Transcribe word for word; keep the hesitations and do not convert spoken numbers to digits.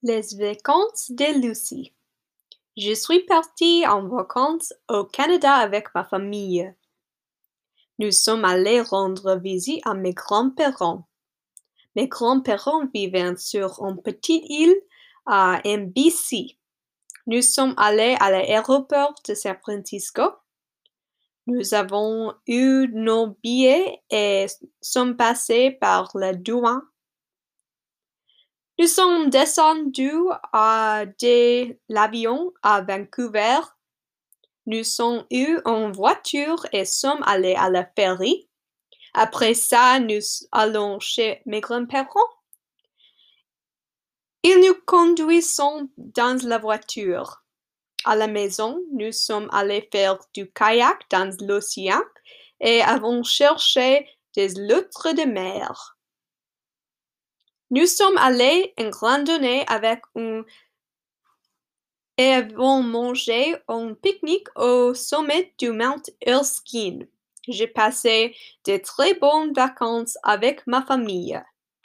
Les vacances de Lucie. Je suis partie en vacances au Canada avec ma famille. Nous sommes allés rendre visite à mes grands-parents. Mes grands-parents vivaient sur une petite île à en B C. Nous sommes allés à l'aéroport de San Francisco. Nous avons eu nos billets et sommes passés par la douane. Nous sommes descendus à de l'avion à Vancouver. Nous sommes eu en voiture et sommes allés à la ferry. Après ça, nous allons chez mes grands-parents. Ils nous conduisent dans la voiture. À la maison, nous sommes allés faire du kayak dans l'océan et avons cherché des loutres de mer. Nous sommes allés en randonnée avec un et avons mangé un pique-nique au sommet du Mount Erskine. J'ai passé de très bonnes vacances avec ma famille.